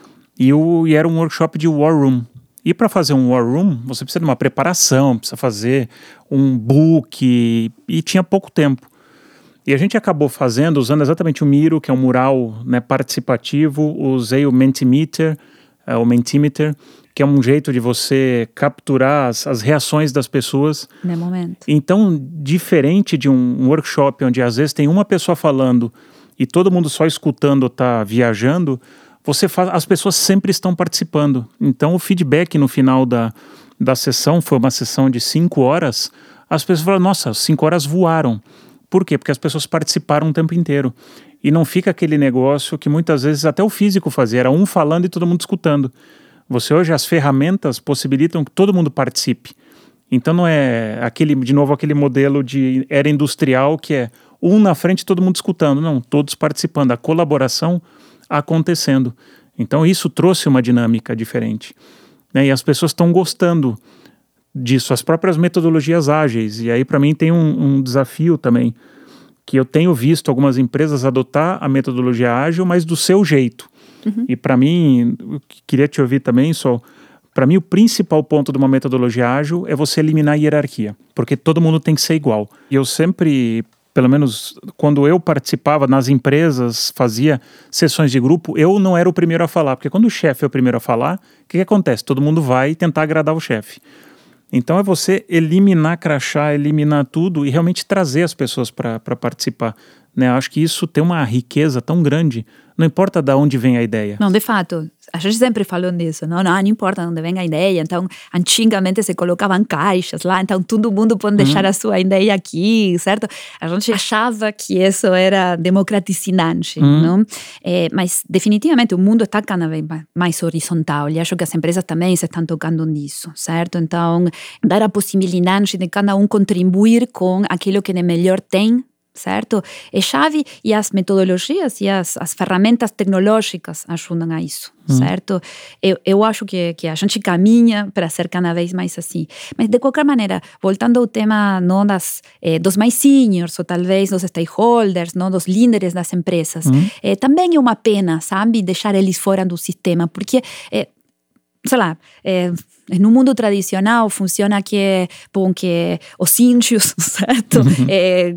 e, o, e era um workshop de War Room. E para fazer um War Room, você precisa de uma preparação, precisa fazer um book e, e tinha pouco tempo. E a gente acabou fazendo, usando exatamente o Miro, que é um mural, né, participativo, usei o Mentimeter, é, o Mentimeter, que é um jeito de você capturar as, as reações das pessoas. No momento. Então, diferente de um, um workshop onde às vezes tem uma pessoa falando e todo mundo só escutando ou tá viajando, você faz, as pessoas sempre estão participando. Então, o feedback no final da, da sessão, foi uma sessão de cinco horas, as pessoas falaram, nossa, cinco horas voaram. Por quê? Porque as pessoas participaram o tempo inteiro. E não fica aquele negócio que muitas vezes até o físico fazia, era um falando e todo mundo escutando. Você hoje, as ferramentas possibilitam que todo mundo participe. Então não é aquele, de novo, aquele modelo de era industrial que é um na frente e todo mundo escutando. Não, todos participando, a colaboração acontecendo. Então isso trouxe uma dinâmica diferente, né? E as pessoas estão gostando disso, as próprias metodologias ágeis. E aí para mim tem um, um desafio também, que eu tenho visto algumas empresas adotar a metodologia ágil, mas do seu jeito. Uhum. E para mim, eu queria te ouvir também, Sol, para mim o principal ponto de uma metodologia ágil é você eliminar a hierarquia, porque todo mundo tem que ser igual. E eu sempre... Pelo menos quando eu participava nas empresas, fazia sessões de grupo, eu não era o primeiro a falar, porque quando o chefe é o primeiro a falar, o que, que acontece? Todo mundo vai tentar agradar o chefe. Então é você eliminar crachá, eliminar tudo e realmente trazer as pessoas para participar, né? Eu acho que isso tem uma riqueza tão grande, não importa de onde vem a ideia. Não, de fato, a gente sempre falou nisso, não, não, não importa de onde vem a ideia, então antigamente se colocavam caixas lá, então todo mundo pode deixar uhum. a sua ideia aqui, certo? A gente achava que isso era democratizante, uhum. não? É, mas definitivamente o mundo está cada vez mais horizontal e acho que as empresas também se estão tocando nisso, certo? Então, dar a possibilidade de cada um contribuir com aquilo que de melhor tem, certo? É chave e as metodologias e as, as ferramentas tecnológicas ajudam a isso, hum. certo? Eu, eu acho que, que a gente caminha para ser cada vez mais assim. Mas, de qualquer maneira, voltando ao tema não, das, eh, dos mais seniors ou talvez dos stakeholders, não, dos líderes das empresas, hum. eh, também é uma pena, sabe, deixar eles fora do sistema, porque... Eh, sei lá, é, no mundo tradicional funciona que, bom, que os índios, certo, uhum. é,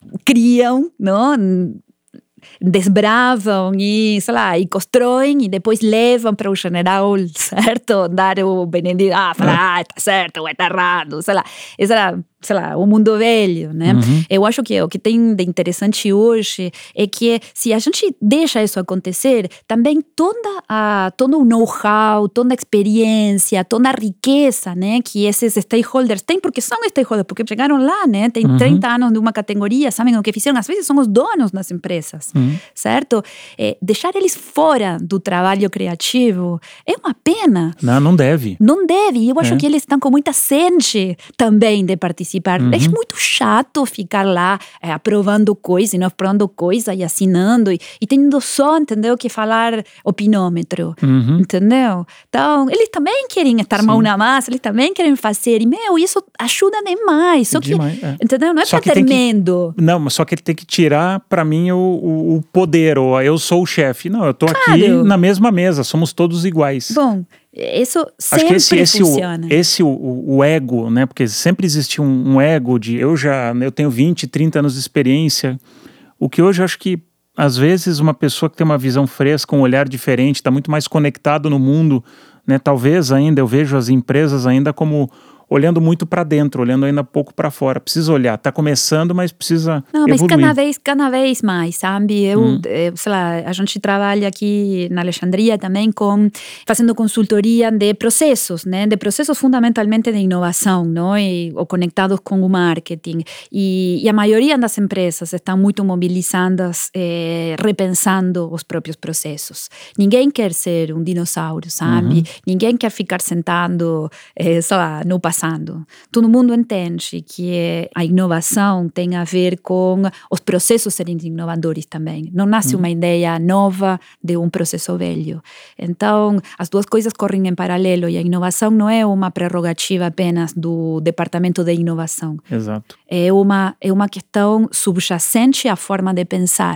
criam, não? Desbravam e, sei lá, e constroem e depois levam para o general, certo, dar o benedito, ah, falar, ah, tá certo, ou tá errado, sei lá. Essa era sei lá, o mundo velho, né? Uhum. Eu acho que o que tem de interessante hoje é que se a gente deixa isso acontecer, também toda a, todo o know-how, toda a experiência, toda a riqueza, né, que esses stakeholders têm, porque são stakeholders, porque chegaram lá, né, tem uhum. trinta anos de uma categoria, sabem o que fizeram, às vezes são os donos das empresas, uhum. certo? É, deixar eles fora do trabalho criativo é uma pena. Não, não deve. Não deve, e eu acho é. que eles estão com muita sede também de participar. Uhum. É muito chato ficar lá é, aprovando coisa e não aprovando coisa e assinando e, e tendo só, entendeu, que falar opinômetro, uhum. entendeu? Então, eles também querem estar Sim. mão na massa, eles também querem fazer e, meu, isso ajuda demais, só demais, que, é. entendeu? Não é só pra ter medo. Não, mas só que ele tem que tirar, pra mim, o, o, o poder, ou eu sou o chefe. Não, eu tô claro. aqui na mesma mesa, somos todos iguais. Bom, isso sempre Acho que esse, esse funciona. O, esse o, o, o ego, né? Porque sempre existe um, um ego de eu já eu tenho vinte, trinta anos de experiência. O que hoje eu acho que às vezes uma pessoa que tem uma visão fresca, um olhar diferente, está muito mais conectado no mundo, né? Talvez ainda eu vejo as empresas ainda como olhando muito para dentro, olhando ainda pouco para fora. Precisa olhar, está começando, mas precisa Não, evoluir. mas cada vez, cada vez mais, sabe? Eu, hum. eu, sei lá, a gente trabalha aqui na Alexandria também com, fazendo consultoria de processos, né? De processos fundamentalmente de inovação, não? E, ou conectados com o marketing. E, e a maioria das empresas estão muito mobilizadas, eh, repensando os próprios processos. Ninguém quer ser um dinossauro, sabe? Uhum. Ninguém quer ficar sentado, eh, sei lá, no passado. Todo mundo entende que a inovação tem a ver com os processos serem inovadores também. Não nasce uma ideia nova de um processo velho. Então, as duas coisas correm em paralelo e a inovação não é uma prerrogativa apenas do departamento de inovação. Exato. É uma, é uma questão subjacente à forma de pensar.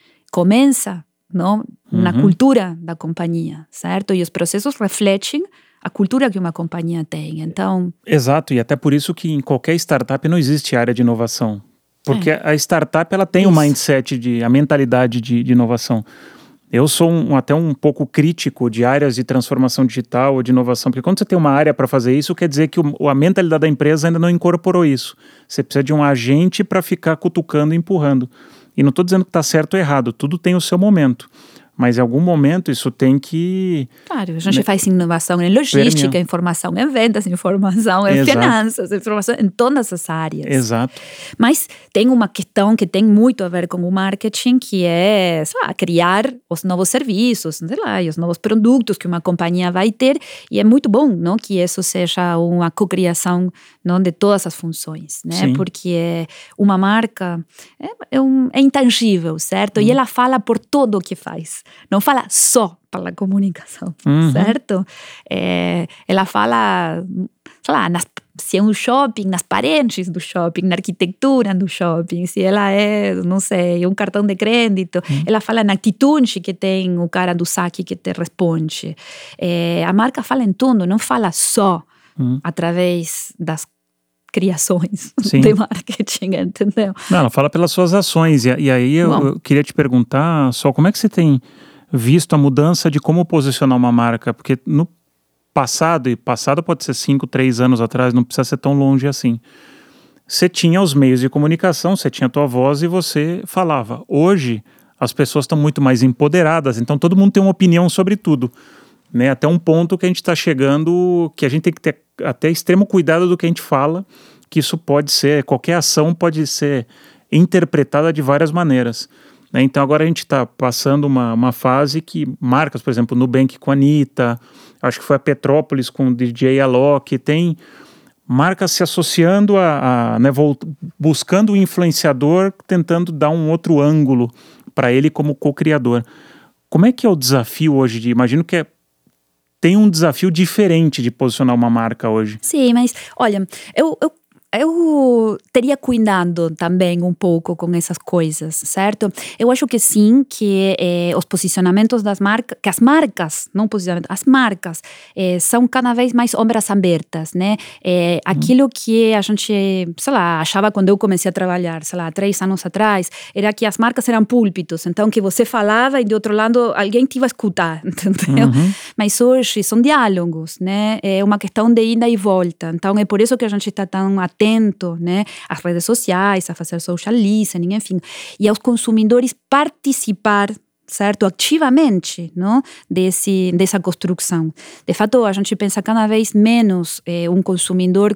Começa, não, na uhum. cultura da companhia, certo? E os processos refletem a cultura que uma companhia tem, então... Exato, e até por isso que em qualquer startup não existe área de inovação. Porque é. a startup, ela tem o um mindset, de, a mentalidade de, de inovação. Eu sou um, até um pouco crítico de áreas de transformação digital ou de inovação, porque quando você tem uma área para fazer isso, quer dizer que o, a mentalidade da empresa ainda não incorporou isso. Você precisa de um agente para ficar cutucando e empurrando. E não estou dizendo que está certo ou errado, tudo tem o seu momento. Mas em algum momento isso tem que... Claro, a gente né, faz inovação em logística, permear. Informação em vendas, informação em Exato. Finanças, informação em todas as áreas. Exato. Mas tem uma questão que tem muito a ver com o marketing, que é, sei lá, criar os novos serviços, sei lá, e os novos produtos que uma companhia vai ter. E é muito bom, não, que isso seja uma cocriação, não, de todas as funções, né? Sim. Porque uma marca é, é, um, é intangível, certo? Hum. E ela fala por tudo o que faz. Não fala só para a comunicação, uhum. certo? É, ela fala, sei lá, nas, se é um shopping, nas paredes do shopping, na arquitetura do shopping, se ela é, não sei, um cartão de crédito, uhum. ela fala na atitude que tem o cara do saque que te responde. É, a marca fala em tudo, não fala só uhum. através das criações Sim. de marketing, entendeu? Não, ela fala pelas suas ações, e, e aí eu, eu queria te perguntar, só como é que você tem visto a mudança de como posicionar uma marca? Porque no passado, e passado pode ser cinco, três anos atrás, não precisa ser tão longe assim, você tinha os meios de comunicação, você tinha a tua voz e você falava. Hoje, as pessoas estão muito mais empoderadas, então todo mundo tem uma opinião sobre tudo. Né, até um ponto que a gente está chegando, que a gente tem que ter até extremo cuidado do que a gente fala, que isso pode ser, qualquer ação pode ser interpretada de várias maneiras. Né? Então agora a gente está passando uma, uma fase que marcas, por exemplo, Nubank com a Anitta, acho que foi a Petrópolis com o D J Alok, tem marcas se associando a, a né, buscando o influenciador, tentando dar um outro ângulo para ele como co-criador. Como é que é o desafio hoje de, imagino que é tem um desafio diferente de posicionar uma marca hoje. Sim, mas olha, eu, eu, eu teria cuidado também um pouco com essas coisas, certo? Eu acho que sim, que eh, os posicionamentos das marcas, que as marcas, não posicionamento, as marcas eh, são cada vez mais ombros abertas, né? Eh, aquilo que a gente, sei lá, achava quando eu comecei a trabalhar, sei lá, três anos atrás, era que as marcas eram púlpitos, então que você falava e de outro lado alguém te ia escutar, entendeu? Uhum. Mas hoje são diálogos, né? É uma questão de ida e volta, então é por isso que a gente está tão atento atento, né, às redes sociais, a fazer social listening, enfim, e aos consumidores participar, certo, ativamente, não, desse, dessa construção. De fato, a gente pensa cada vez menos eh, um consumidor,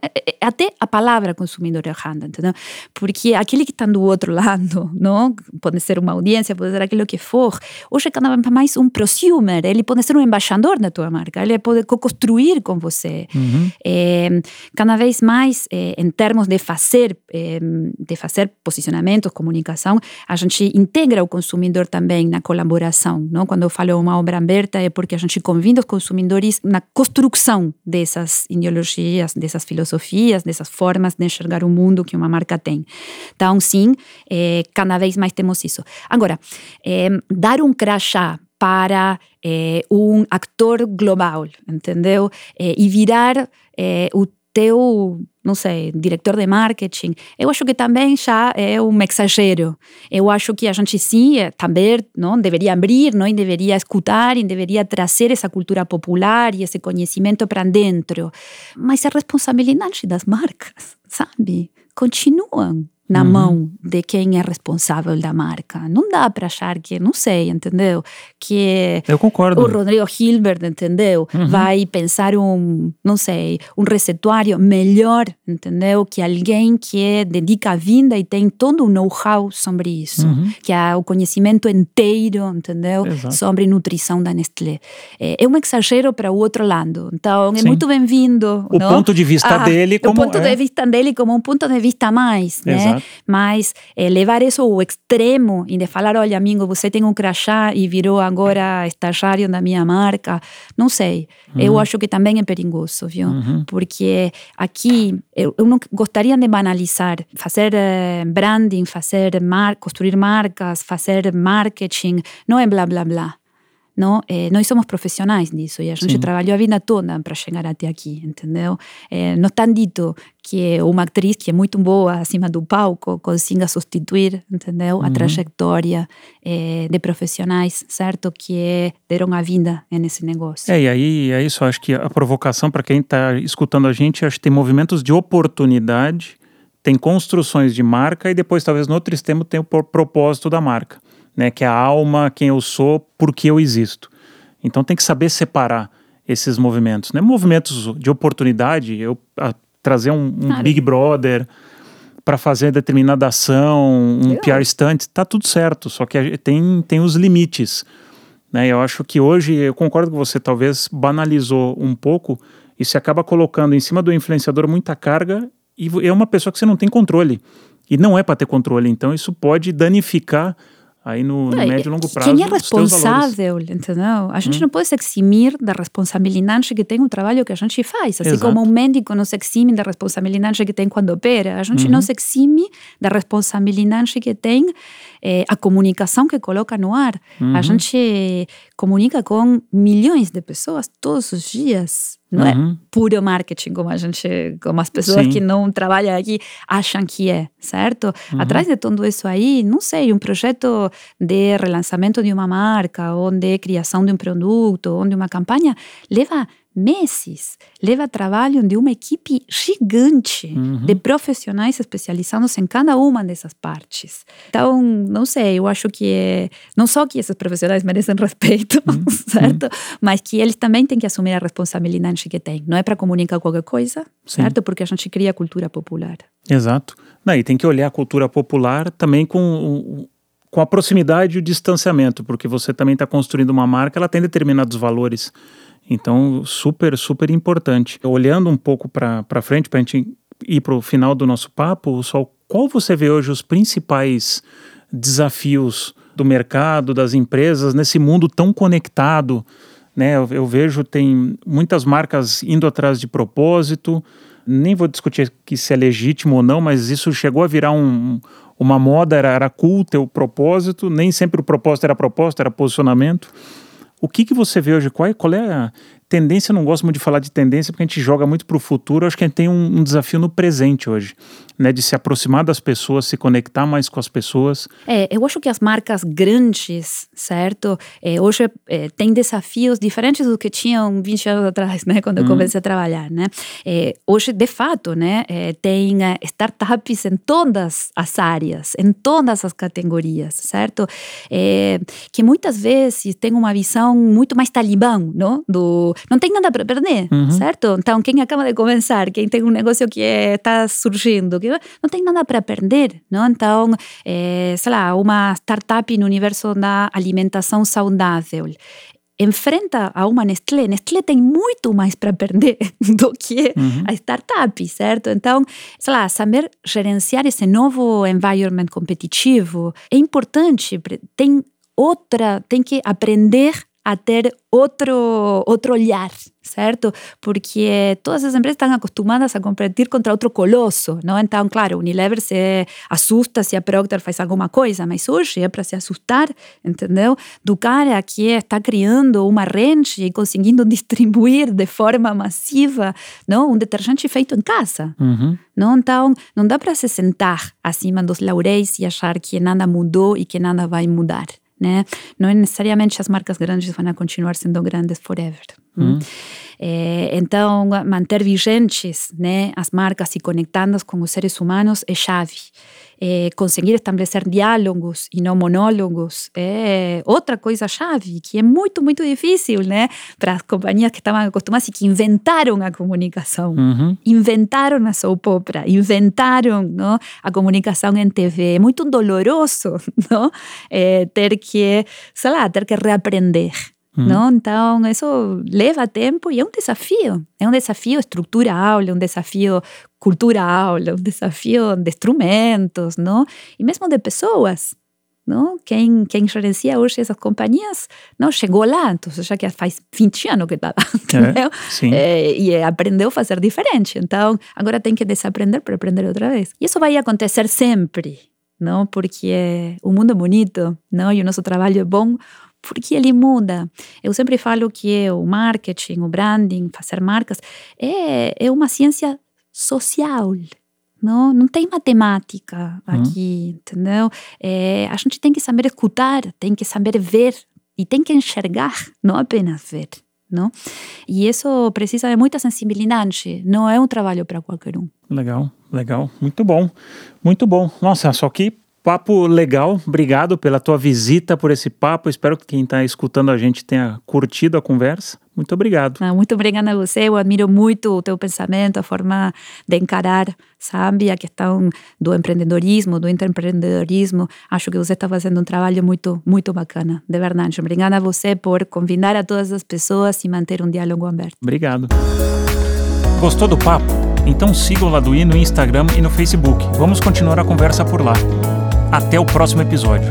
até a palavra consumidor errada, entendeu? Porque aquele que está do outro lado, não? Pode ser uma audiência, pode ser aquilo que for, hoje é cada vez mais um prosumer, ele pode ser um embaixador da tua marca, ele pode co-construir com você. Uhum. É, cada vez mais, é, em termos de fazer, é, de fazer posicionamentos, comunicação, a gente integra o consumidor também na colaboração, não? Quando eu falo uma obra aberta é porque a gente convida os consumidores na construção dessas ideologias, dessas filosofias, dessas formas de enxergar o mundo que uma marca tem. Então, sim, é, cada vez mais temos isso. Agora, é, dar um crachá para é, um ator global, entendeu? É, e virar é, o teu, não sei, diretor de marketing, eu acho que também já é um exagero. Eu acho que a gente sim, também, não, deveria abrir, não, e deveria escutar, e deveria trazer essa cultura popular e esse conhecimento para dentro. Mas a responsabilidade das marcas, sabe, continuam na uhum. mão de quem é responsável da marca. Não dá para achar que, não sei, entendeu? Que eu concordo. O Rodrigo Hilbert, entendeu? Uhum. Vai pensar um, não sei, um receituário melhor, entendeu? Que alguém que dedica a vida e tem todo o know-how sobre isso. Uhum. Que há o conhecimento inteiro, entendeu? Exato. Sobre nutrição da Nestlé. É um exagero para o outro lado. Então, é Sim. muito bem-vindo. O não? ponto de vista ah, dele como... O ponto é. de vista dele como um ponto de vista a mais, né? Exato. Mas é, levar isso ao extremo e de falar, olha, amigo, você tem um crachá e virou agora estagiário da minha marca, não sei. Uhum. Eu acho que também é perigoso, viu? Uhum. Porque aqui eu, eu não gostaria de banalizar, fazer uh, branding, fazer mar, construir marcas, fazer marketing, não é blá blá blá. Não, é, nós somos profissionais disso e a gente Sim. trabalhou a vida toda para chegar até aqui, entendeu? É, não está dito que uma atriz que é muito boa acima do palco consiga substituir, entendeu? Uhum. A trajetória é, de profissionais, certo? Que deram a vida nesse negócio. É, e aí é isso, acho que a provocação para quem está escutando a gente, acho que tem movimentos de oportunidade, tem construções de marca e depois talvez no outro extremo tem o propósito da marca. Né, que é a alma, quem eu sou, por que eu existo. Então tem que saber separar esses movimentos. Né? Movimentos de oportunidade, eu a, trazer um, um claro. Big Brother para fazer determinada ação, um Legal. P R stunt, tá tudo certo, só que tem, tem os limites. Né? Eu acho que hoje, eu concordo com você, talvez banalizou um pouco e se acaba colocando em cima do influenciador muita carga e é uma pessoa que você não tem controle. E não é para ter controle, então isso pode danificar aí no, no médio e longo prazo. Quem é responsável, entendeu? A gente hum. não pode se eximir da responsabilidade que tem o trabalho que a gente faz. Assim Exato. Como um médico não se exime da responsabilidade que tem quando opera, a gente uhum. não se exime da responsabilidade que tem eh, a comunicação que coloca no ar. Uhum. A gente comunica com milhões de pessoas todos os dias. Não uhum. é puro marketing, como a gente, como as pessoas Sim. que não trabalham aqui acham que é, certo? Uhum. Atrás de tudo isso aí, não sei, um projeto de relançamento de uma marca, ou de criação de um produto, ou de uma campanha, leva meses, leva trabalho de uma equipe gigante uhum. de profissionais especializados em cada uma dessas partes. Então, não sei, eu acho que não só que esses profissionais merecem respeito, uhum. certo? Uhum. Mas que eles também têm que assumir a responsabilidade que têm. Não é para comunicar qualquer coisa, Sim. certo? Porque a gente cria cultura popular. Exato. Não, e tem que olhar a cultura popular também com, com a proximidade e o distanciamento, porque você também está construindo uma marca, ela tem determinados valores. Então, super, super importante. Olhando um pouco para frente, para a gente ir para o final do nosso papo, Sol, qual você vê hoje os principais desafios do mercado, das empresas, nesse mundo tão conectado? Né? Eu, eu vejo, tem muitas marcas indo atrás de propósito, nem vou discutir que se é legítimo ou não, mas isso chegou a virar um, uma moda, era, era cool ter o propósito, nem sempre o propósito era propósito, era posicionamento. O que, que você vê hoje? Qual é, qual é a... Tendência, eu não gosto muito de falar de tendência porque a gente joga muito para o futuro. Eu acho que a gente tem um, um desafio no presente hoje, né? De se aproximar das pessoas, se conectar mais com as pessoas. É, eu acho que as marcas grandes, certo? É, hoje é, tem desafios diferentes do que tinham vinte anos atrás, né? Quando eu comecei a trabalhar, né? É, hoje, de fato, né? É, tem startups em todas as áreas, em todas as categorias, certo? É, que muitas vezes tem uma visão muito mais talibã, não? Do, não tem nada para perder, uhum. certo? Então, quem acaba de começar, quem tem um negócio que está surgindo, que não tem nada para perder, não? Então, é, sei lá, uma startup no universo da alimentação saudável enfrenta a uma Nestlé. Nestlé tem muito mais para perder do que uhum. a startup, certo? Então, sei lá, saber gerenciar esse novo environment competitivo é importante. Tem outra, tem que aprender a ter outro, outro olhar, certo? Porque todas as empresas estão acostumadas a competir contra outro colosso, não? Então, claro, Unilever se assusta se a Procter faz alguma coisa, mas hoje é para se assustar, entendeu? Do cara que está criando uma range e conseguindo distribuir de forma massiva, não? Um detergente feito em casa. Uhum. Não? Então, não dá para se sentar acima dos lauréis e achar que nada mudou e que nada vai mudar. Né? Não é necessariamente as marcas grandes vão continuar sendo grandes forever. Hum. É, então, manter vigentes, né, as marcas e conectadas com os seres humanos é chave. É, conseguir estabelecer diálogos e não monólogos é outra coisa chave, que é muito, muito difícil, né, para as companhias que estavam acostumadas e que inventaram a comunicação, uhum. inventaram a soap opera, inventaram, não, a comunicação em T V. É muito doloroso, não, é, ter que, sei lá, ter que reaprender. Uhum. Não? Então, isso leva tempo e é um desafio. É um desafio estrutural, é um desafio cultural, é um desafio de instrumentos, não? E mesmo de pessoas. Não? Quem, quem gerencia hoje essas companhias não chegou lá, então já que faz vinte anos que está lá, entendeu? É, é, e aprendeu a fazer diferente. Então, agora tem que desaprender para aprender outra vez. E isso vai acontecer sempre, não? Porque o mundo é bonito, não? E o nosso trabalho é bom, porque ele muda. Eu sempre falo que o marketing, o branding, fazer marcas, é, é uma ciência social. Não, não tem matemática aqui, uhum. entendeu? É, a gente tem que saber escutar, tem que saber ver e tem que enxergar, não apenas ver. Não? E isso precisa de muita sensibilidade, não é um trabalho para qualquer um. Legal, legal, muito bom, muito bom. Nossa, só que papo legal, obrigado pela tua visita, por esse papo, espero que quem está escutando a gente tenha curtido a conversa, muito obrigado. Ah, muito obrigada a você, eu admiro muito o teu pensamento, a forma de encarar, sabe, a questão do empreendedorismo, do intraempreendedorismo, acho que você está fazendo um trabalho muito, muito bacana, de verdade. Obrigada a você por convidar a todas as pessoas e manter um diálogo aberto. Obrigado. Gostou do papo? Então siga o Laduí no Instagram e no Facebook, vamos continuar a conversa por lá. Até o próximo episódio.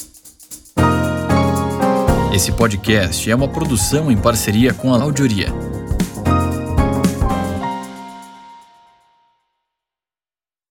Esse podcast é uma produção em parceria com a Audioria.